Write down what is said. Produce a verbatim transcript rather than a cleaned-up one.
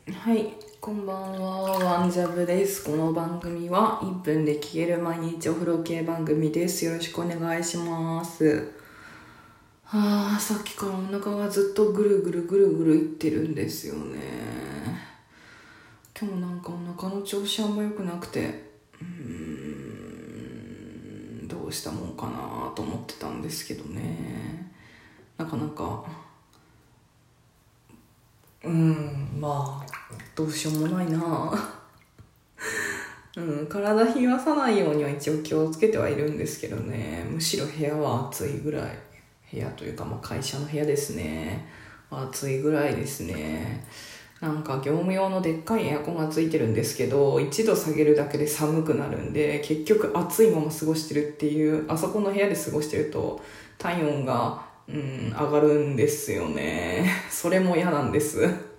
はい、こんばんは、ワンジャブです。この番組はいっぷんで消える毎日お風呂系番組です。よろしくお願いします。あー、さっきからお腹がずっとぐるぐるぐるぐるいってるんですよね。今日なんかお腹の調子あんま良くなくて、うーん、どうしたもんかなと思ってたんですけどね。なかなか、うーん、まあ、どうしようもないなうん、体冷やさないようには一応気をつけてはいるんですけどね。むしろ部屋は暑いぐらい。部屋というか、まあ、会社の部屋ですね。暑いぐらいですね。なんか業務用のでっかいエアコンがついてるんですけど、いちど下げるだけで寒くなるんで、結局暑いまま過ごしてるっていう、あそこの部屋で過ごしてると体温が、うん、上がるんですよね。それも嫌なんです。